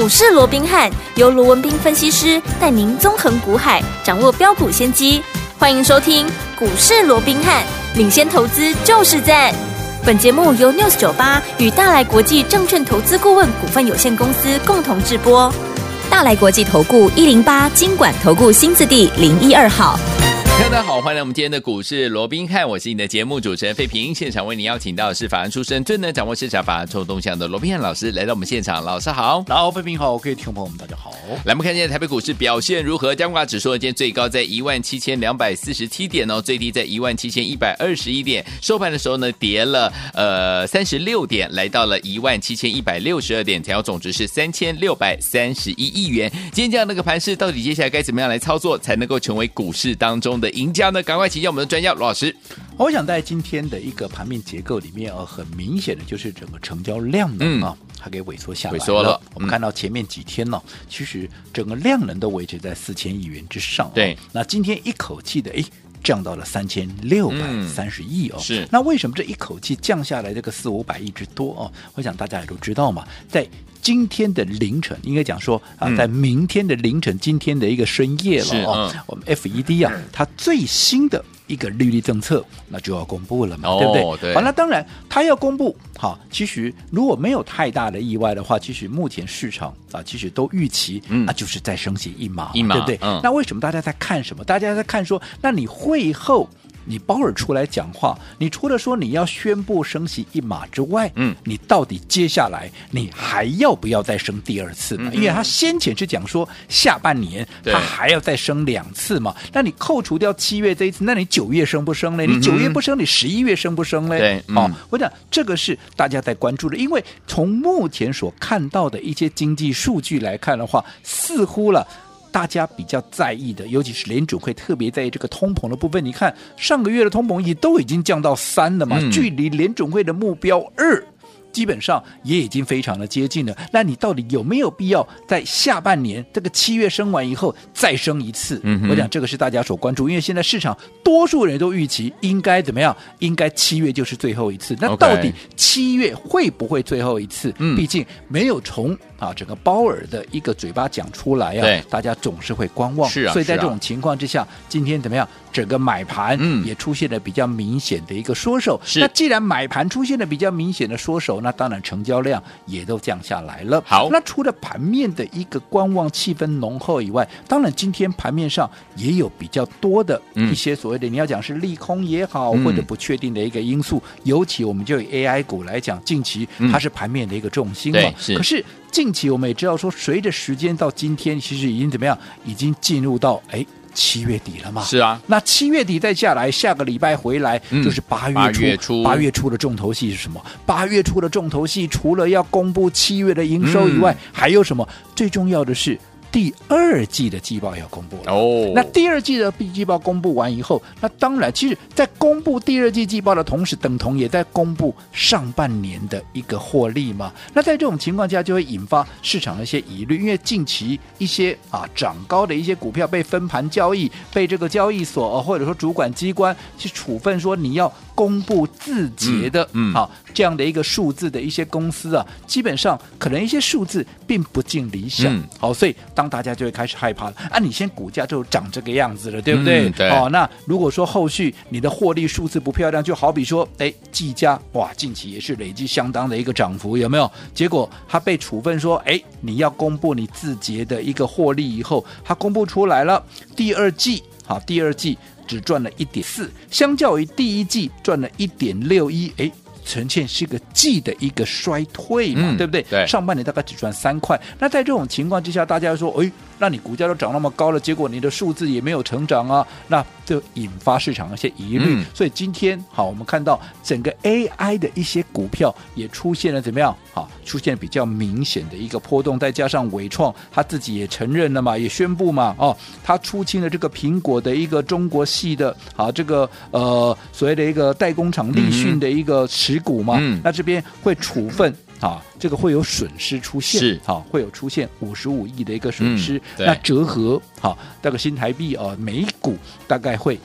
股市罗宾汉由罗文彬分析师带您纵横股海，掌握标股先机。欢迎收听股市罗宾汉，领先投资就是赞。本节目由 News98 与大来国际证券投资顾问股份有限公司共同制播。大来国际投顾108金管投顾新字第012号。 大家好，欢迎来我们今天的股市罗宾汉，我是你的节目主持人费平。现场为您邀请到的是法案出身、最能掌握市场法案臭动向的罗宾汉老师来到我们现场。老师好。 好，费平好，各位听众朋友们大家好。 来，我们看今天台北股市表现如何？加权指数今天最高在17247点哦，最低在17121点，收盘的时候呢跌了36点，来到了17162点，成交总值是3631亿元。今天这样的一个盘势，到底接下来该怎么样来操作，才能够成为股市当中的赢家呢？赶快请教我们的专家罗老师。 我想在今天的一个盘面结构里面很明显的就是整个成交量能它给萎缩下来了。 萎缩了。 我们看到前面几天呢，其实整个量能都维持在4000亿元之上。 对。 那今天一口气的降到了3630亿哦。 是。 那为什么这一口气降下来这个400-500亿之多哦？我想大家也都知道嘛，在今天的凌晨，应该讲说在明天的凌晨，今天的一个深夜了我们 FED 它最新的一个利率政策那就要公布了嘛，对不对？ 对。 好，那当然它要公布，好，其实如果没有太大的意外的话，其实目前市场其实都预期就是再升息一码，对不对？那为什么大家在看什么？大家在看说，那你会后你鲍尔出来讲话，你除了说你要宣布升息一码之外，你到底接下来你还要不要再升第二次嘛？因为他先前是讲说下半年他还要再升2次嘛，那你扣除掉7月这一次，那你9月升不升呢？你9月不升，你11月升不升呢？ 对， 我讲这个是大家在关注的，因为从目前所看到的一些经济数据来看的话，似乎了大家比较在意的，尤其是联准会特别在意这个通膨的部分。你看上个月的通膨也都已经降到3了嘛，距离联准会的目标2基本上也已经非常的接近了。那你到底有没有必要在下半年这个7月升完以后再升一次？我讲这个是大家所关注，因为现在市场多数人都预期应该怎么样？应该7月就是最后一次。那到底7月会不会最后一次？毕竟没有从整个鲍尔的一个嘴巴讲出来大家总是会观望。所以在这种情况之下，今天怎么样？整个买盘也出现了比较明显的一个缩手。那既然买盘出现了比较明显的缩手，那当然成交量也都降下来了。 好， 那除了盘面的一个观望气氛浓厚以外，当然今天盘面上也有比较多的一些所谓的你要讲是利空也好，或者不确定的一个因素。尤其我们就以 AI 股来讲，近期它是盘面的一个重心嘛。可是近期我们也知道说，随着时间到今天，其实已经怎么样？已经进入到7月底了嘛？ 是啊。 那7月底再下来，下个礼拜回来就是8月初。8月初的重头戏是什么？8月初的重头戏除了要公布7月的营收以外，还有什么？最重要的是第2季的季报要公布了。那第2季的季报公布完以后，那当然其实在公布第2季季报的同时，等同也在公布上半年的一个获利嘛。那在这种情况下就会引发市场的一些疑虑，因为近期一些涨高的一些股票被分盘交易，被这个交易所或者说主管机关去处分说你要公布自结的这样的一个数字的一些公司基本上可能一些数字并不尽理想。好，所以当大家就会开始害怕了你先股价就长这个样子了，对不对？ 对。 那如果说后续你的获利数字不漂亮，就好比说技嘉近期也是累积相当的一个涨幅，有没有？结果他被处分说你要公布你自结的一个获利以后，他公布出来了第2季只赚了 1.4， 相较于第1季赚了 1.61， 呈现是个季的一个衰退嘛，对不对？ 对。 上半年大概只赚3块。那在这种情况之下，大家说那你股价都涨那么高了，结果你的数字也没有成长那就引发市场一些疑虑。所以今天我们看到整个 AI 的一些股票也出现了怎么样？出现比较明显的一个波动，再加上伟创他自己也承认了嘛，也宣布嘛，他出清了这个苹果的一个中国系的这个所谓的一个代工厂立讯的一个持股嘛，那这边会处分这个会有损失出现， 是会有出现55亿的一个损失，那折合大概新台币每一股大概会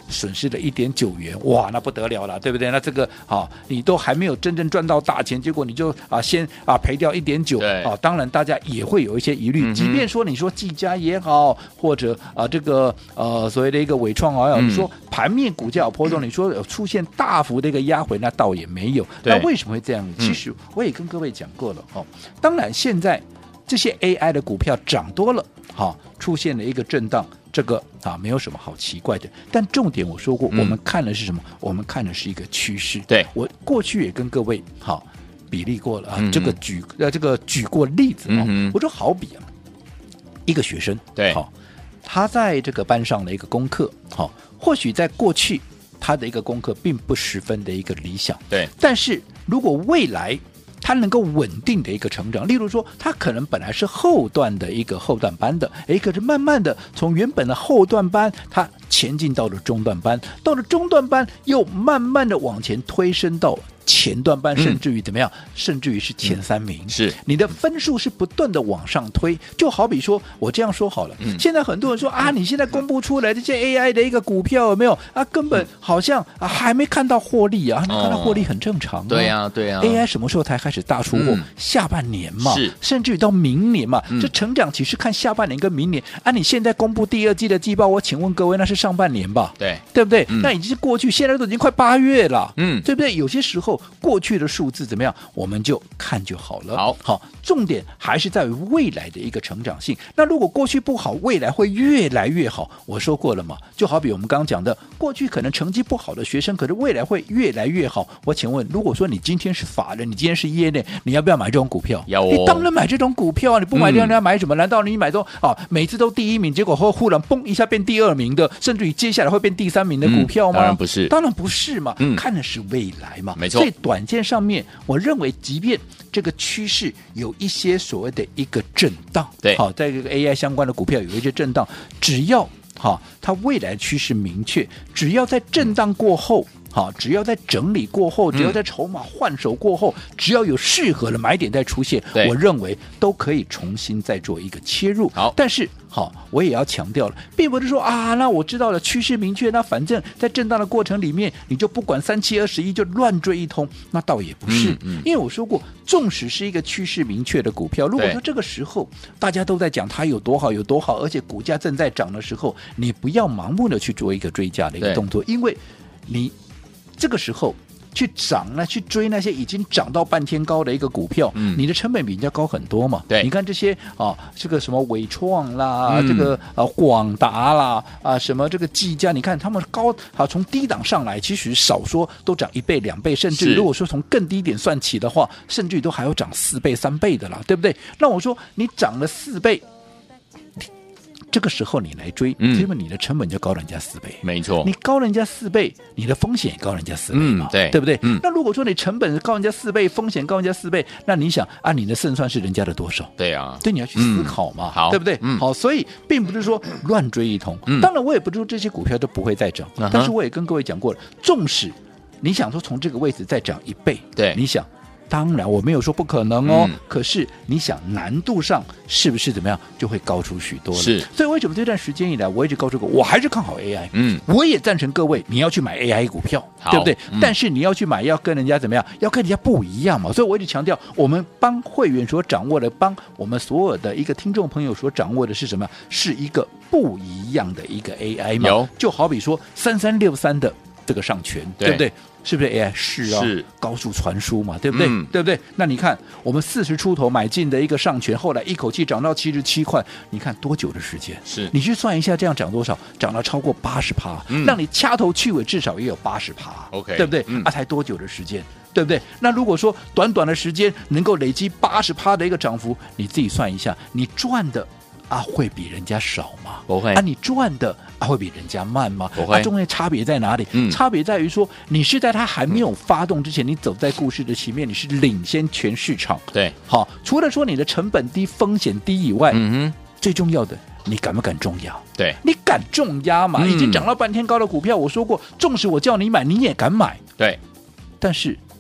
损失了1.9元，哇，那不得了了，对不对？那这个你都还没有真正赚到大钱，结果你就先赔掉1.9，当然大家也会有一些疑虑，即便说你说技嘉也好，或者这个所谓的一个伟创也好，你说盘面股价有波动，你说有出现大幅的一个压回，那倒也没有。那为什么会这样？其实我也跟各位讲过了当然现在这些 AI 的股票涨多了，出现了一个震荡，这个没有什么好奇怪的。但重点我说过，我们看的是什么？我们看的是一个趋势。 对，我过去也跟各位比例过了这个举过例子我说好比一个学生， 对， 他在这个班上的一个功课，或许在过去他的一个功课并不十分的一个理想， 对， 但是如果未来他能够稳定的一个成长，例如说他可能本来是后段的一个后段班的，可是慢慢的从原本的后段班他前进到了中段班，到了中段班又慢慢的往前推升到前段班，甚至于怎么样，甚至于是前3名， 是你的分数是不断的往上推。就好比说我这样说好了，现在很多人说你现在公布出来这些 AI 的一个股票有没有根本好像还没看到获利还没看到获利很正常对啊 AI 什么时候才开始大出货？下半年嘛， 是甚至于到明年嘛，这成长其实看下半年跟明年你现在公布第2季的季报，我请问各位那是上半年吧？对不对？那已经是过去，现在都已经快8月了，对不对？有些时候过去的数字怎么样，我们就看就好了。好，重点还是在于未来的一个成长性。那如果过去不好，未来会越来越好。我说过了嘛，就好比我们刚刚讲的，过去可能成绩不好的学生，可是未来会越来越好。我请问，如果说你今天是法人，你今天是业内，你要不要买这种股票？ 要你当然买这种股票你不买这样，你要买什么？难道你买这种每次都第1名，结果忽然嘣一下变第2名的，甚至于接下来会变第3名的股票吗？当然不是嘛，看的是未来嘛， 没错。 所以短线上面，我认为即便这个趋势有一些所谓的一个震荡， 对， 在这个 AI 相关的股票有一些震荡，只要它未来趋势明确，只要在震荡过后。只要在整理过后，只要在筹码换手过后，只要有适合的买点再出现，我认为都可以重新再做一个切入。 好， 但是我也要强调了，并不是说那我知道了趋势明确，那反正在震荡的过程里面，你就不管3721就乱追一通，那倒也不是。因为我说过，纵使是一个趋势明确的股票，如果说这个时候大家都在讲它有多好有多好，而且股价正在涨的时候，你不要盲目的去做一个追价的一个动作，因为你这个时候去去追那些已经涨到半天高的一个股票，你的成本比人家高很多嘛。 对， 你看这些这个什么伟创啦，这个广达啦什么这个技嘉，你看他们高从低档上来，其实少说都涨1倍2倍，甚至如果说从更低点算起的话，甚至都还有涨4倍3倍的啦，对不对？那我说你涨了4倍。这个时候你来追，因为你的成本就高人家4倍， 没错， 你高人家4倍，你的风险也高人家4倍嘛，对不对？那如果说你成本高人家4倍，风险高人家4倍，那你想你的胜算是人家的多少？ 对啊， 对，你要去思考嘛，对不对？好，所以并不是说乱追一通。当然，我也不是说这些股票都不会再涨，但是我也跟各位讲过了，纵使你想说从这个位置再涨1倍， 对， 你想。当然我没有说不可能哦，可是你想难度上是不是怎么样就会高出许多了？ 是， 所以为什么这段时间以来我一直告诉过，我还是看好 AI，我也赞成各位你要去买 AI 股票，对不对？但是你要去买要跟人家怎么样？要跟人家不一样嘛。所以我一直强调，我们帮会员所掌握的，帮我们所有的一个听众朋友所掌握的是什么？是一个不一样的一个 AI 嘛。就好比说3363的这个上权，对不对？是不是 AI 是啊？ 是高速传输嘛，对不对？对不对？那你看我们40出头买进的一个上权，后来一口气涨到77块，你看多久的时间？ 是你去算一下，这样涨多少？涨了超过80%，让你掐头去尾至少也有80%， OK， 对不对？才多久的时间？对不对？那如果说短短的时间能够累积80%的一个涨幅，你自己算一下，你赚的会比人家少吗？ 不会你赚的会比人家慢吗？ 不会。 中间差别在哪里？差别在于说，你是在它还没有发动之前，你走在故事的前面，你是领先全市场。 对， 好，除了说你的成本低、风险低以外，最重要的，你敢不敢重压？ 对， 你敢重压嘛？已经涨到半天高的股票，我说过，纵使我叫你买，你也敢买。 对， 但是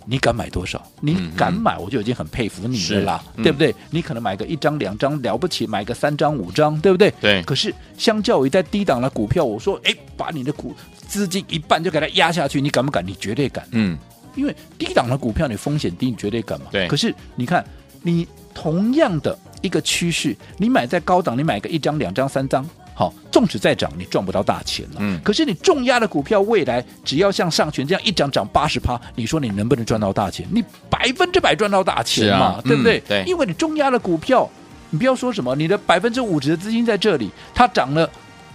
你敢买多少？你敢买，我就已经很佩服你了啦，对不对？你可能买个1张2张了不起，买个3张5张，对不对？ 对。 可是相较于在低档的股票，我说，把你的资金一半就给它压下去，你敢不敢？你绝对敢。因为低档的股票你风险低，你绝对敢嘛。 对。 可是你看，你同样的一个趋势，你买在高档，你买个1张2张3张。好，纵使再涨，你赚不到大钱了。可是你重压的股票，未来只要像上权这样一涨80%，你说你能不能赚到大钱？你100%赚到大钱嘛，对不对？ 对， 因为你重压的股票，你不要说什么，你的50%的资金在这里，它涨了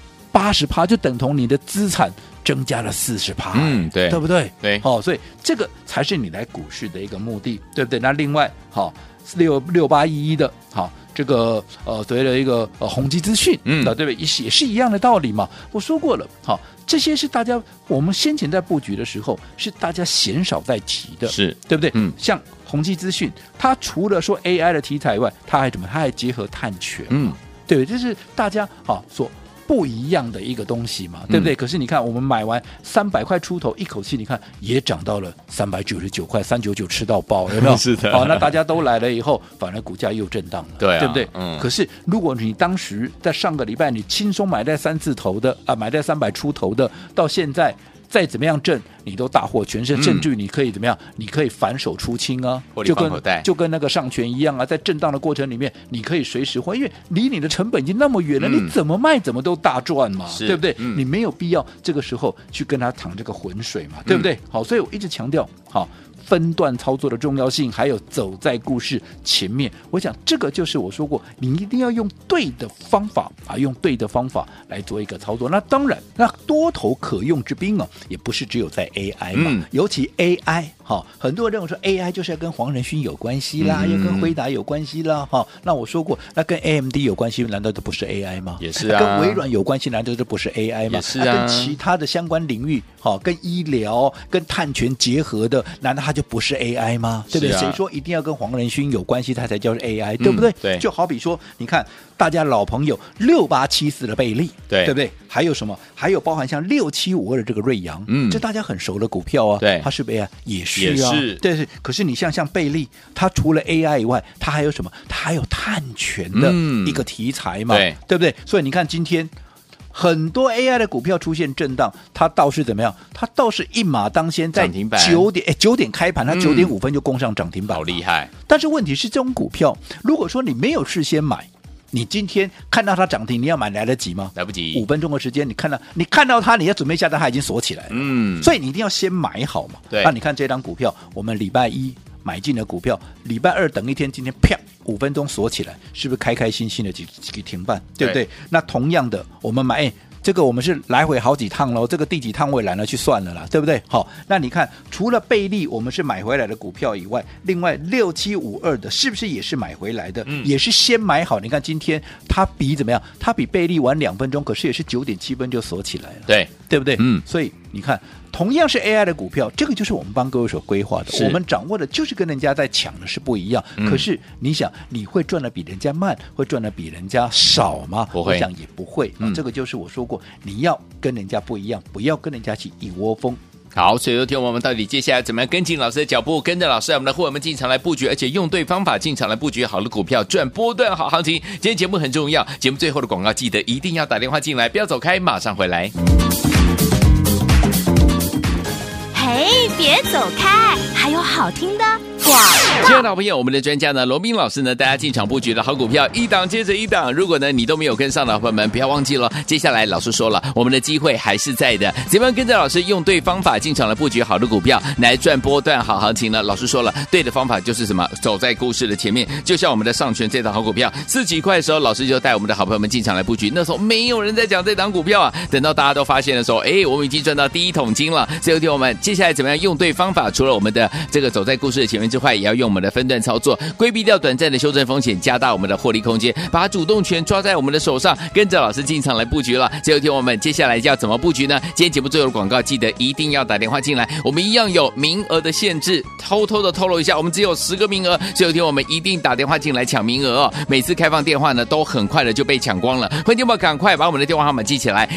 80%，就等同你的资产增加了40%， 对， 对不对？ 对， 所以这个才是你来股市的一个目的，对不对？那另外，6811的，这个所谓的一个宏基资讯，对不对？也是一样的道理嘛。我说过了，这些是大家我们先前在布局的时候是大家鲜少在提的， 是对不对？像宏基资讯，它除了说 AI 的题材以外，它还怎么？它还结合碳权，对不对？这是大家所不一样的一个东西嘛，对不对？可是你看，我们买完300块出头，一口气你看也涨到了399块，399吃到爆，有没有？ 是的。 那大家都来了以后，反而股价又震荡了，对不对？可是如果你当时在上个礼拜你轻松买在3字头的买在300出头的，到现在再怎么样挣，你都大获全胜，甚至于你可以怎么样？你可以反手出清啊，就跟那个上权一样啊，在震荡的过程里面，你可以随时换，因为离你的成本已经那么远了，你怎么卖怎么都大赚嘛，对不对？你没有必要这个时候去跟他淌这个浑水嘛，对不对？好，所以我一直强调，分段操作的重要性，还有走在故事前面。我想这个就是我说过，你一定要用对的方法用对的方法来做一个操作。那当然，那多头可用之兵也不是只有在 AI 嘛，尤其 AI 很多人认为说 AI 就是要跟黄仁勋有关系啦，要跟辉达有关系啦，那我说过，那跟 AMD 有关系，难道这不是 AI 吗？ 也是啊。 跟微软有关系，难道这不是 AI 吗？ 也是啊。 跟其他的相关领域，跟医疗、跟碳权结合的，难道它就不是 AI 吗？对不对？谁说一定要跟黄仁勋有关系，它才叫 AI，对不对？ 对。 就好比说，你看大家老朋友6874的贝利，对不对？还有什么？还有包含像6752的这个瑞阳，这大家很熟的股票啊，对，它是不是 AI？也是啊，对。可是你像贝利，它除了 AI 以外，它还有什么？它还有碳权的一个题材嘛，对不对？所以你看今天很多 AI 的股票出现震荡，它倒是怎么样？它倒是一马当先，在9点开盘，它9点5分就攻上涨停板， 好厉害。 但是问题是，这种股票，如果说你没有事先买，你今天看到它涨停，你要买来得及吗？ 来不及。 5分钟的时间，你看到它，你要准备下单，它已经锁起来了。所以你一定要先买好嘛。对。那你看这张股票，我们礼拜一买进的股票，礼拜二等一天，今天啪5分钟锁起来，是不是开开心心的几个停办，对不对？那同样的，我们买这个我们是来回好几趟咯，这个第几趟我也懒得去算了啦，对不对？好，那你看除了贝利我们是买回来的股票以外，另外6752的是不是也是买回来的？也是先买好。你看今天它比怎么样？它比贝利晚2分钟，可是也是9点7分就锁起来了，对不对？所以你看。同样是 AI 的股票，这个就是我们帮各位所规划的，我们掌握的就是跟人家在抢的是不一样。可是你想，你会赚的比人家慢，会赚的比人家少吗？我想也不会。这个就是我说过，你要跟人家不一样，不要跟人家去一窝蜂。 好，所以昨天我们到底接下来怎么样跟进老师的脚步，跟着老师我们的伙伴们进场来布局，而且用对方法进场来布局好的股票，赚波段好行情。今天节目很重要，节目最后的广告记得一定要打电话进来，不要走开，马上回来。 嘿，别走开，还有好听的广告。 亲爱的好朋友，我们的专家呢，罗宾老师呢，大家进场布局的好股票一档接着一档，如果呢你都没有跟上的朋友们，不要忘记了，接下来老师说了，我们的机会还是在的，怎么样跟着老师用对方法进场来布局好的股票，来赚波段好行情呢？老师说了，对的方法就是什么？走在故事的前面，就像我们的上权这档好股票，4几块的时候，老师就带我们的好朋友们进场来布局，那时候没有人在讲这档股票啊，等到大家都发现的时候，我们已经赚到第一桶金了。所以我们接下来怎么样用对方法？除了我们的这个走在故事的前面之快，也要用我们的分段操作，规避掉短暂的修正风险，加大我们的获利空间，把主动权抓在我们的手上，跟着老师进场来布局了。最后听我们接下来要怎么布局呢？今天节目最后的广告，记得一定要打电话进来，我们一样有名额的限制，偷偷的透露一下，我们只有10个名额，最后听我们一定打电话进来抢名额哦。每次开放电话呢，都很快的就被抢光了，欢迎听众赶快把我们的电话号码记起来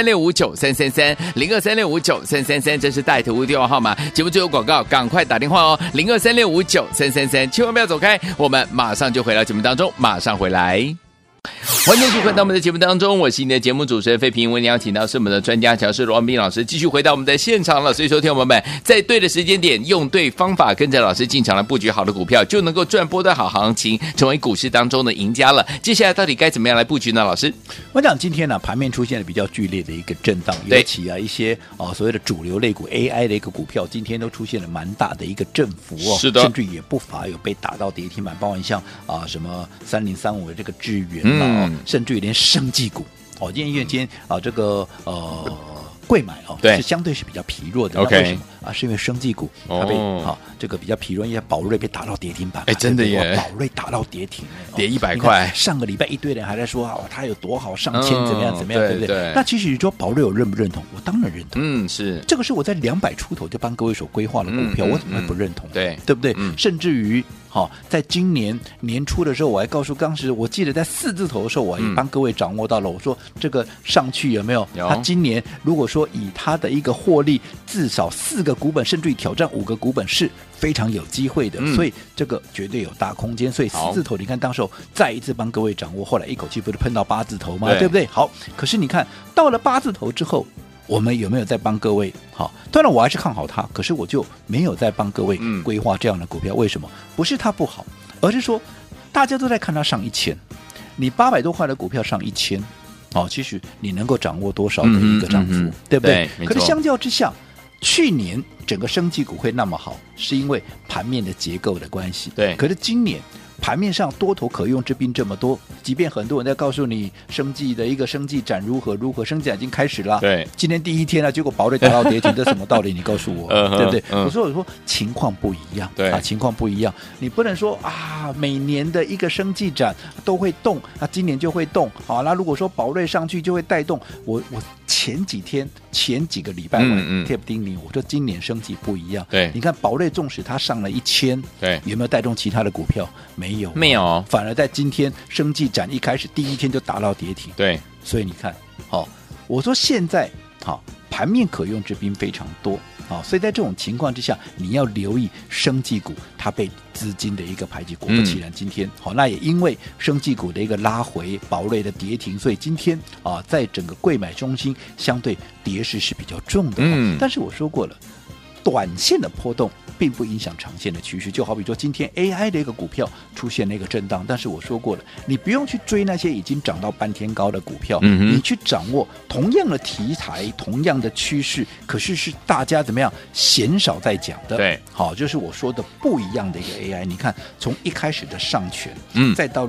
，0236593330，0236593333，这是带图电话号码。节目最后广告，赶快打电话哦，0236593333，千万不要走开，我们马上就回到节目当中，马上回来。欢迎继续回到我们的节目当中，我是你的节目主持人费平，为你邀请到是我们的专家乔氏罗文彬老师，继续回到我们的现场了。所以说，听众朋友们，在对的时间点，用对方法，跟着老师进场来布局好的股票，就能够赚波段好行情，成为股市当中的赢家了。接下来到底该怎么样来布局呢？老师， 我讲今天呢，盘面出现了比较剧烈的一个震荡，尤其一些所谓的主流类股 AI 的一个股票，今天都出现了蛮大的一个振幅哦， 是的， 甚至也不乏有被打到跌停板，包含像什么3035的这个智原甚至于连生技股今天这个贵买对， 是相对是比较疲弱的。 OK， 为什么是因为生技股它被这个比较疲弱，因为宝瑞被打到跌停板。 真的耶， 宝瑞打到跌停， 跌100块。 上个礼拜一堆人还在说它有多好，上千怎么样怎么样，对不对？那其实你说宝瑞我认不认同？我当然认同。 是这个是我在200出头就帮各位所规划的股票，我怎么会不认同？ 对不对？甚至于。在今年年初的时候，我还告诉当时，我记得在4字头的时候，我也帮各位掌握到了。我说这个上去有没有？他今年如果说以他的一个获利，至少4个股本，甚至于挑战5个股本是非常有机会的。所以这个绝对有大空间。所以4字头，你看当时候再一次帮各位掌握，后来一口气不是碰到8字头吗？对不对？好，可是你看到了8字头之后。我们有没有在帮各位？当然我还是看好它，可是我就没有在帮各位规划这样的股票。为什么？不是它不好，而是说大家都在看它上1000，你800多块的股票上1000，其实你能够掌握多少的一个涨幅，对不对？可是相较之下，去年整个生技股会那么好，是因为盘面的结构的关系。 对， 可是今年。盘面上多头可用之兵这么多，即便很多人在告诉你生技的一个生技展如何，生技展已经开始了。 对， 今天第一天了，结果宝瑞打到跌停，这什么道理？你告诉我，对不对？我说情况不一样， 对情况不一样，你不能说每年的一个生技展都会动，今年就会动。好，那如果说宝瑞上去就会带动，我前几个礼拜贴不丁你，我说今年生技不一样。 对， 你看宝瑞纵使它上了1000， 对， 有没有带动其他的股票？没有，反而在今天生技展一开始第一天就打到跌停。 对， 所以你看，我说现在盘面可用之兵非常多。所以在这种情况之下，你要留意生技股它被资金的一个排挤。果不其然，今天那也因为生技股的一个拉回，宝瑞的跌停，所以今天在整个柜买中心相对跌势是比较重的。但是我说过了，短线的波动并不影响长线的趋势。就好比说今天 AI 的一个股票出现了一个震荡，但是我说过了，你不用去追那些已经涨到半天高的股票，你去掌握同样的题材，同样的趋势，可是是大家怎么样鲜少在讲的。 对， 好，就是我说的不一样的一个 AI。你看从一开始的上权，再到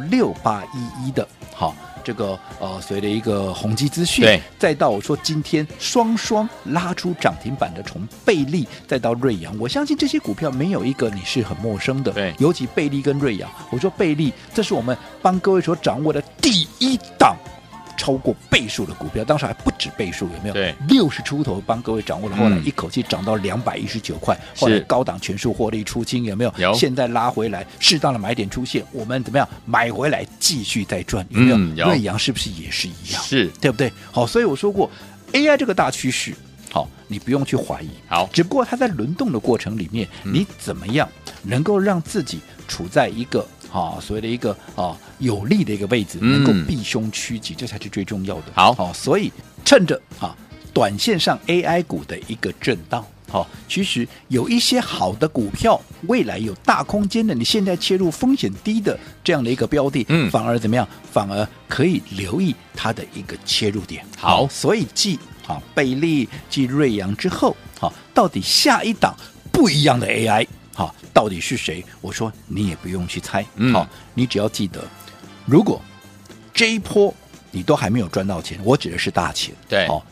6811的好。这个所谓的一个宏基资讯，再到我说今天双拉出涨停板的从贝利，再到瑞阳，我相信这些股票没有一个你是很陌生的。 对， 尤其贝利跟瑞阳，我说贝利，这是我们帮各位所掌握的第一档超过倍数的股票，当时还不止倍数，有没有？ 对 ，60出头帮各位掌握了，后来一口气涨到219块，后来高档全数获利出清，有没有？ 有。现在拉回来，适当的买点出现，我们怎么样买回来继续再赚？有没有？瑞阳是不是也是一样？ 是， 对不对？好，所以我说过 ，AI 这个大趋势，好，你不用去怀疑。 好， 只不过它在轮动的过程里面，你怎么样能够让自己处在一个所谓的一个有利的一个位置，能够避凶趋吉，这才是最重要的。 好， 所以趁着短线上 AI 股的一个震荡，其实有一些好的股票，未来有大空间的，你现在切入风险低的这样的一个标的，反而怎么样？反而可以留意它的一个切入点。 好， 所以继贝利、继瑞阳之后，到底下一档不一样的 AI，到底是谁？我说你也不用去猜，你只要记得，如果这一波你都还没有赚到钱，我指的是大钱， 对，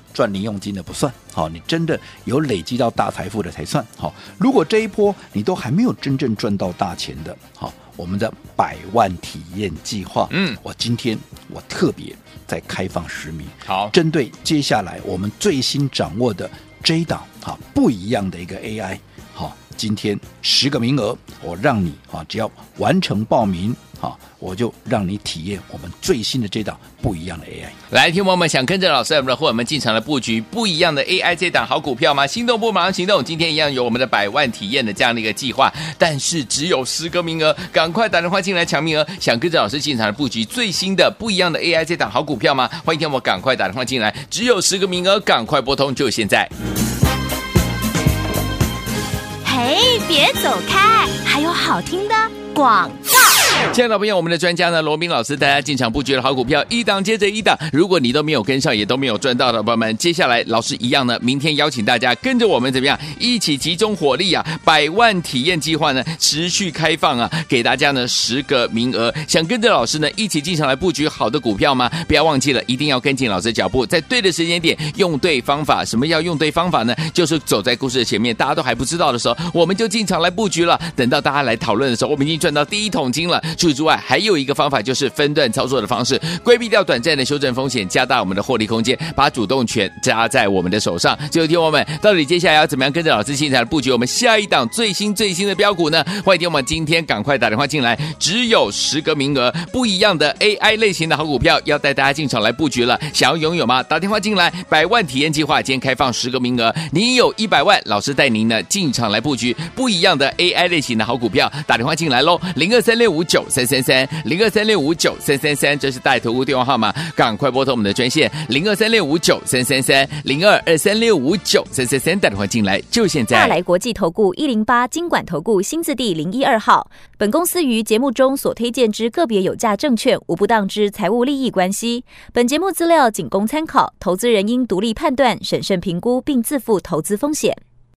赚零用金的不算，好，你真的有累积到大财富的才算。好，如果这一波你都还没有真正赚到大钱的，好，我们的100万体验计划，我今天我特别再开放10名， 好， 针对接下来我们最新掌握的这一档不一样的一个 AI， 好，今天10个名额，我让你只要完成报名，我就让你体验我们最新的这档不一样的 AI。 来，听众朋友们，想跟着老师我们的伙伴们进场的布局不一样的 AI 这档好股票吗？心动不马上行动，今天一样有我们的100万体验的这样的一个计划，但是只有10个名额，赶快打电话进来抢名额。想跟着老师进场的布局最新的不一样的 AI 这档好股票吗？欢迎听我们赶快打电话进来，只有10个名额，赶快拨通，就现在。 嘿，别走开，还有好听的广告。 亲爱的朋友，我们的专家呢，罗宾老师带大家进场布局的好股票，一档接着一档。如果你都没有跟上，也都没有赚到的朋友们，接下来老师一样呢，明天邀请大家跟着我们怎么样，一起集中火力啊！100万体验计划呢，持续开放啊，给大家呢10个名额。想跟着老师呢一起进场来布局好的股票吗？不要忘记了，一定要跟紧老师的脚步，在对的时间点，用对方法。什么要用对方法呢？就是走在故事的前面，大家都还不知道的时候，我们就进场来布局了。等到大家来讨论的时候，我们已经赚到第一桶金了。除此之外，还有一个方法就是分段操作的方式，规避掉短暂的修正风险，加大我们的获利空间，把主动权加在我们的手上。最后听我们到底接下来要怎么样跟着老师进场布局我们下一档最新的标股呢？欢迎听我们今天赶快打电话进来，只有10个名额，不一样的 AI 类型的好股票要带大家进场来布局了。想要拥有吗？打电话进来，100万体验计划今天开放10个名额，你有100万，老师带您呢进场来布局不一样的 AI 类型的好股票，打电话进来咯，0236593333，0236593333，这是大投顾电话号码，赶快拨通我们的专线0236593333，0223659333，打电话进来就现在。 大来国际投顾108金管投顾新字第012号，本公司于节目中所推荐之个别有价证券无不当之财务利益关系，本节目资料仅供参考，投资人应独立判断、审慎评估并自负投资风险。